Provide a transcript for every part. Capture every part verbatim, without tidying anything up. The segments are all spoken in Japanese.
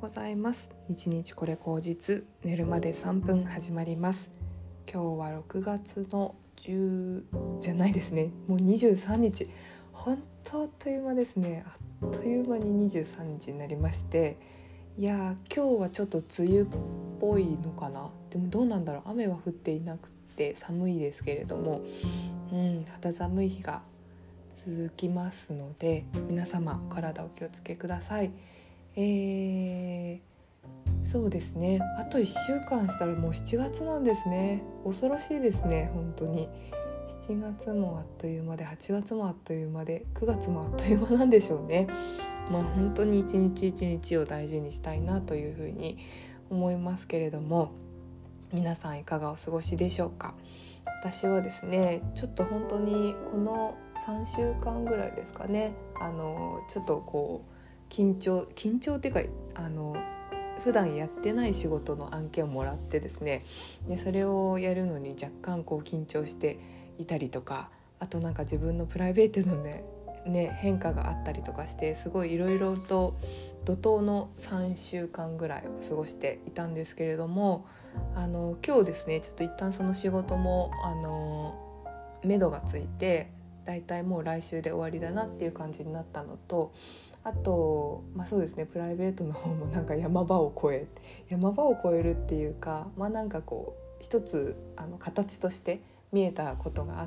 ございます。日日これ口実、寝るまでさんぷん始まります。今日はろくがつのじゅうじゃないですね、もうにじゅうさんにち、本当あっという間ですね。あっという間ににじゅうさんにちになりまして、いや今日はちょっと梅雨っぽいのかな。でもどうなんだろう、雨は降っていなくて寒いですけれども、うん、肌寒い日が続きますので、皆様体お気をつけください。えー、そうですね、あといっしゅうかんしたらもうしちがつなんですね。恐ろしいですね、本当に。しちがつもあっという間で、はちがつもあっという間で、くがつもあっという間なんでしょうね。まあ本当に一日一日を大事にしたいなというふうに思いますけれども、皆さんいかがお過ごしでしょうか。私はですね、ちょっと本当にこのさんしゅうかんぐらいですかね、あのちょっとこう緊張緊張っていうか、あの普段やってない仕事の案件をもらってですね、でそれをやるのに若干こう緊張していたりとか、あとなんか自分のプライベートのね、ね変化があったりとかして、すごいいろいろと怒涛のさんしゅうかんぐらいを過ごしていたんですけれども、あの今日ですね、ちょっと一旦その仕事もあの目処がついて、だいたいもう来週で終わりだなっていう感じになったのと、あと、まあ、そうですね、プライベートの方もなんか山場を越え山場を越えるっていうか、まあなんかこう一つあの形として見えたことがあって、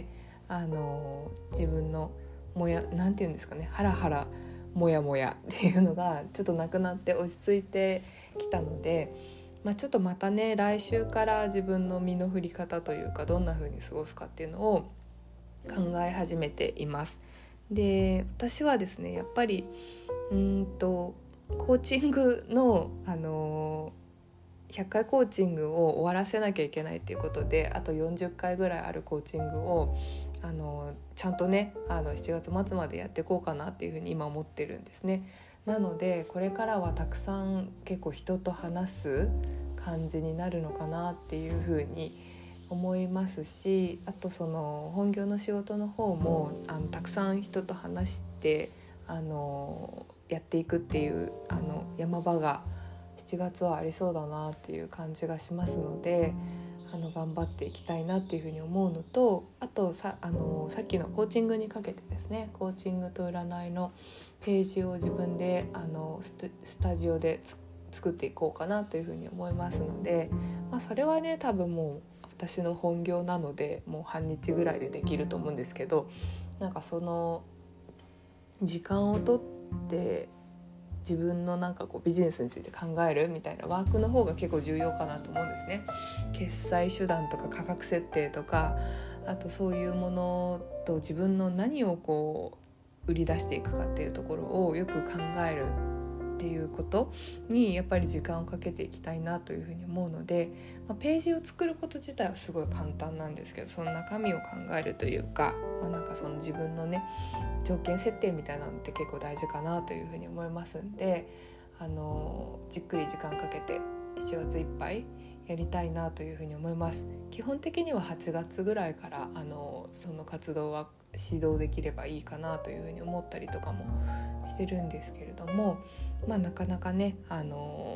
あの自分のもやなんていうんですかね、ハラハラもやもやっていうのがちょっとなくなって落ち着いてきたので、まあ、ちょっとまたね、来週から自分の身の振り方というか、どんな風に過ごすかっていうのを考え始めています。で、私はですね、やっぱりうーんとコーチングの、あのひゃっかいコーチングを終わらせなきゃいけないっていうことで、あとよんじゅっかいぐらいあるコーチングをあのちゃんとね、あのしちがつ末までやっていこうかなっていうふうに今思ってるんですね。なのでこれからはたくさん結構人と話す感じになるのかなっていうふうに思いますし、あとその本業の仕事の方もあのたくさん人と話してあのやっていくっていうあの山場がしちがつはありそうだなっていう感じがしますので、あの頑張っていきたいなっていうふうに思うのと、あと さ, あのさっきのコーチングにかけてですね、コーチングと占いのページを自分であの ス, スタジオで作っていこうかなというふうに思いますので、まあ、それはね多分もう私の本業なのでもう半日ぐらいでできると思うんですけど、なんかその時間をとって自分のなんかこうビジネスについて考えるみたいなワークの方が結構重要かなと思うんですね。決済手段とか価格設定とか、あとそういうものと自分の何をこう売り出していくかっていうところをよく考えるっていうことにやっぱり時間をかけていきたいなというふうに思うので、まあ、ページを作ること自体はすごい簡単なんですけど、その中身を考えるというか、まあ、なんかその自分のね条件設定みたいなのって結構大事かなというふうに思いますんで、あのじっくり時間かけてしちがついっぱいやりたいなというふうに思います。基本的にははちがつぐらいからあのその活動は指導できればいいかなというふうに思ったりとかもしてるんですけれども、まあなかなかね、あの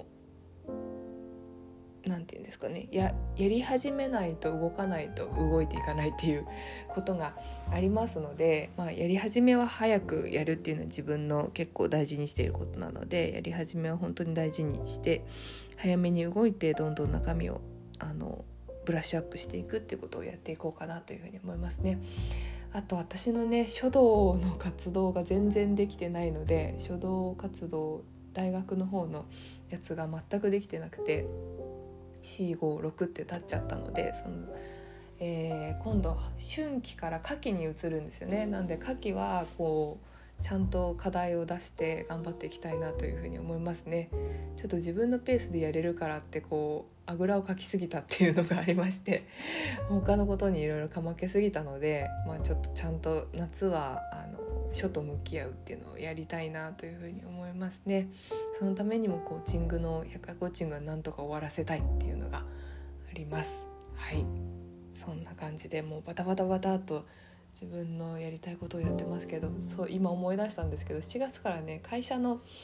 なんていうんですかね、や, やり始めないと動かないと動いていかないっていうことがありますので、まあ、やり始めは早くやるっていうのは自分の結構大事にしていることなので、やり始めは本当に大事にして早めに動いてどんどん中身をあのブラッシュアップしていくっていうことをやっていこうかなというふうに思いますね。あと私のね書道の活動が全然できてないので、書道活動大学の方のやつが全くできてなくて、よん、ご、ろくって経っちゃったので、その、えー、今度春季から夏季に移るんですよね。なんで夏季はこうちゃんと課題を出して頑張っていきたいなというふうに思いますね。ちょっと自分のペースでやれるからってこうあぐらをかきすぎたっていうのがありまして、他のことにいろいろかまけすぎたので、まあ、ちょっとちゃんと夏はあの書と向き合うっていうのをやりたいなというふうに思いますね。そのためにもコーチングのひゃっかいコーチングはなんとか終わらせたいっていうのがあります。はい、そんな感じでもうバタバタバタと自分のやりたいことをやってますけど、そう今思い出したんですけど、しちがつからね会社の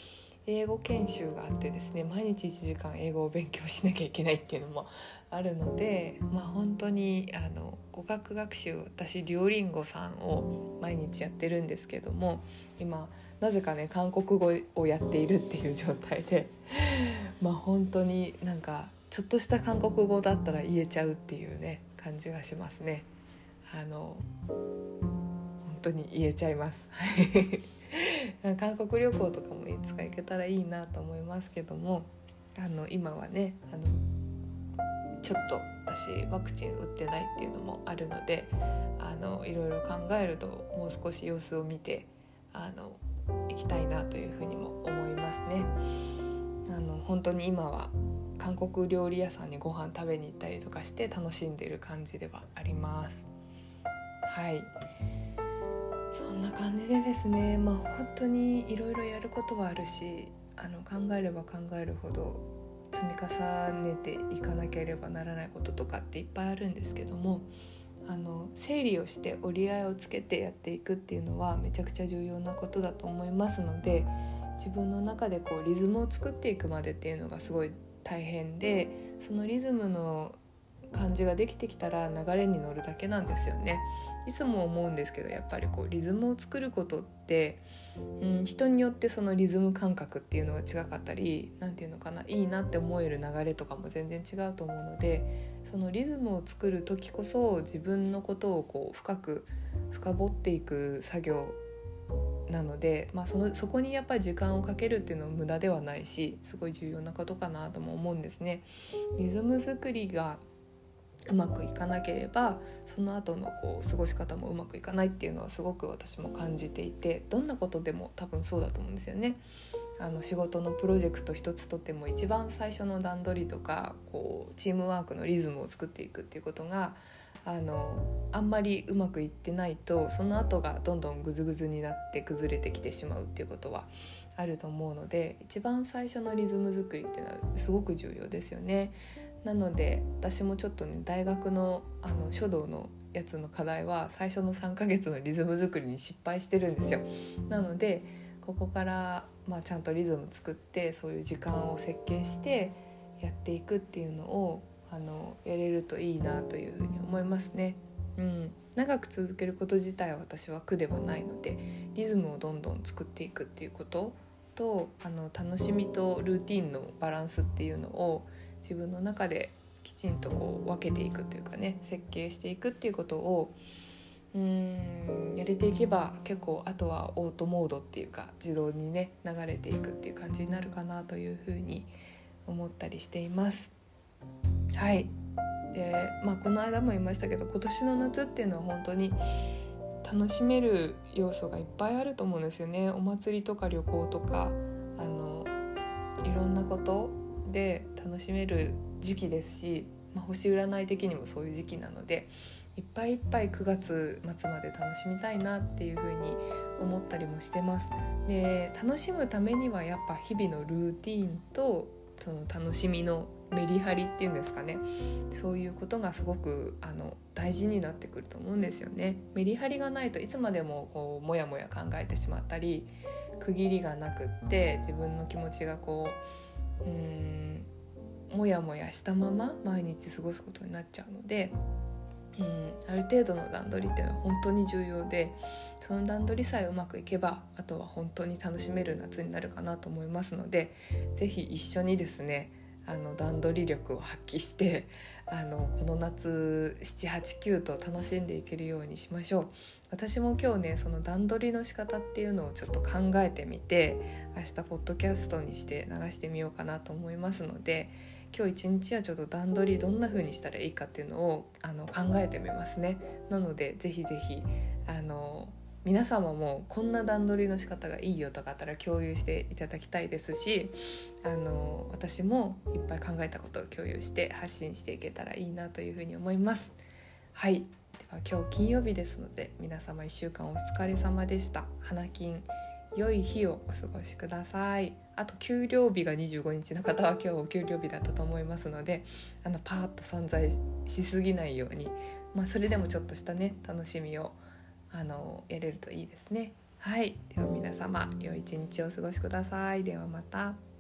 英語研修があってですね、毎日いちじかん英語を勉強しなきゃいけないっていうのもあるので、まあ、本当にあの語学学習、私デュオリンゴさんを毎日やってるんですけども、今なぜかね韓国語をやっているっていう状態でまあ本当になんかちょっとした韓国語だったら言えちゃうっていうね感じがしますね。あの本当に言えちゃいます韓国旅行とかもいつか行けたらいいなと思いますけども、あの今はねあのちょっと私ワクチン打ってないっていうのもあるので、あのいろいろ考えるともう少し様子を見てあの行きたいなというふうにも思いますね。あの本当に今は韓国料理屋さんにご飯食べに行ったりとかして楽しんでいる感じではあります。はい、そんな感じでですね、まあ本当にいろいろやることはあるし、あの考えれば考えるほど積み重ねていかなければならないこととかっていっぱいあるんですけども、あの整理をして折り合いをつけてやっていくっていうのはめちゃくちゃ重要なことだと思いますので、自分の中でこうリズムを作っていくまでっていうのがすごい大変で、そのリズムの感じができてきたら流れに乗るだけなんですよね。いつも思うんですけど、やっぱりこうリズムを作ることって、うん、人によってそのリズム感覚っていうのが違かったり、なんていうのかな、いいなって思える流れとかも全然違うと思うので、そのリズムを作る時こそ自分のことをこう深く深掘っていく作業なので、まあ、そのそこにやっぱり時間をかけるっていうのは無駄ではないし、すごい重要なことかなとも思うんですね。リズム作りがうまくいかなければその後のこう過ごし方もうまくいかないっていうのはすごく私も感じていて、どんなことでも多分そうだと思うんですよね。あの仕事のプロジェクト一つとっても一番最初の段取りとかこうチームワークのリズムを作っていくっていうことがあのあんまりうまくいってないと、その後がどんどんグズグズになって崩れてきてしまうっていうことはあると思うので、一番最初のリズム作りっていうのはすごく重要ですよね。なので私もちょっとね大学のあの書道のやつの課題は最初のさんかげつのリズム作りに失敗してるんですよ。なのでここから、まあ、ちゃんとリズム作ってそういう時間を設計してやっていくっていうのをあのやれるといいなというふうに思いますね。うん、長く続けること自体は私は苦ではないので、リズムをどんどん作っていくっていうことと、あの楽しみとルーティンのバランスっていうのを自分の中できちんとこう分けていくというかね、設計していくっていうことをうーんやれていけば、結構あとはオートモードっていうか自動にね流れていくっていう感じになるかなというふうに思ったりしています。はい。で、まあ、この間も言いましたけど、今年の夏っていうのは本当に楽しめる要素がいっぱいあると思うんですよね。お祭りとか旅行とかあのいろんなことで楽しめる時期ですし、まあ、星占い的にもそういう時期なので、いっぱいいっぱいくがつ末まで楽しみたいなっていうふうに思ったりもしてます。で、楽しむためにはやっぱ日々のルーティーンとその楽しみのメリハリっていうんですかね、そういうことがすごくあの大事になってくると思うんですよね。メリハリがないといつまでもこうもやもや考えてしまったり、区切りがなくって自分の気持ちがこううーんもやもやしたまま毎日過ごすことになっちゃうので、うん、ある程度の段取りっていうのは本当に重要で、その段取りさえうまくいけばあとは本当に楽しめる夏になるかなと思いますので、ぜひ一緒にですねあの段取り力を発揮してあのこの夏ななはちきゅうと楽しんでいけるようにしましょう。私も今日ねその段取りの仕方っていうのをちょっと考えてみて、明日ポッドキャストにして流してみようかなと思いますので、今日一日はちょっと段取りどんな風にしたらいいかっていうのをあの考えてみますね。なのでぜひぜひあの皆様もこんな段取りの仕方がいいよとかあったら共有していただきたいですし、あの私もいっぱい考えたことを共有して発信していけたらいいなというふうに思います。はい、では今日金曜日ですので皆様いっしゅうかんお疲れ様でした。花金良い日をお過ごしください。あと給料日がにじゅうごにちの方は今日お給料日だったと思いますので、あのパーッと散財しすぎないように、まあ、それでもちょっとしたね楽しみをあのやれるといいですね。 はい、では皆様良い一日をお過ごしください。ではまた。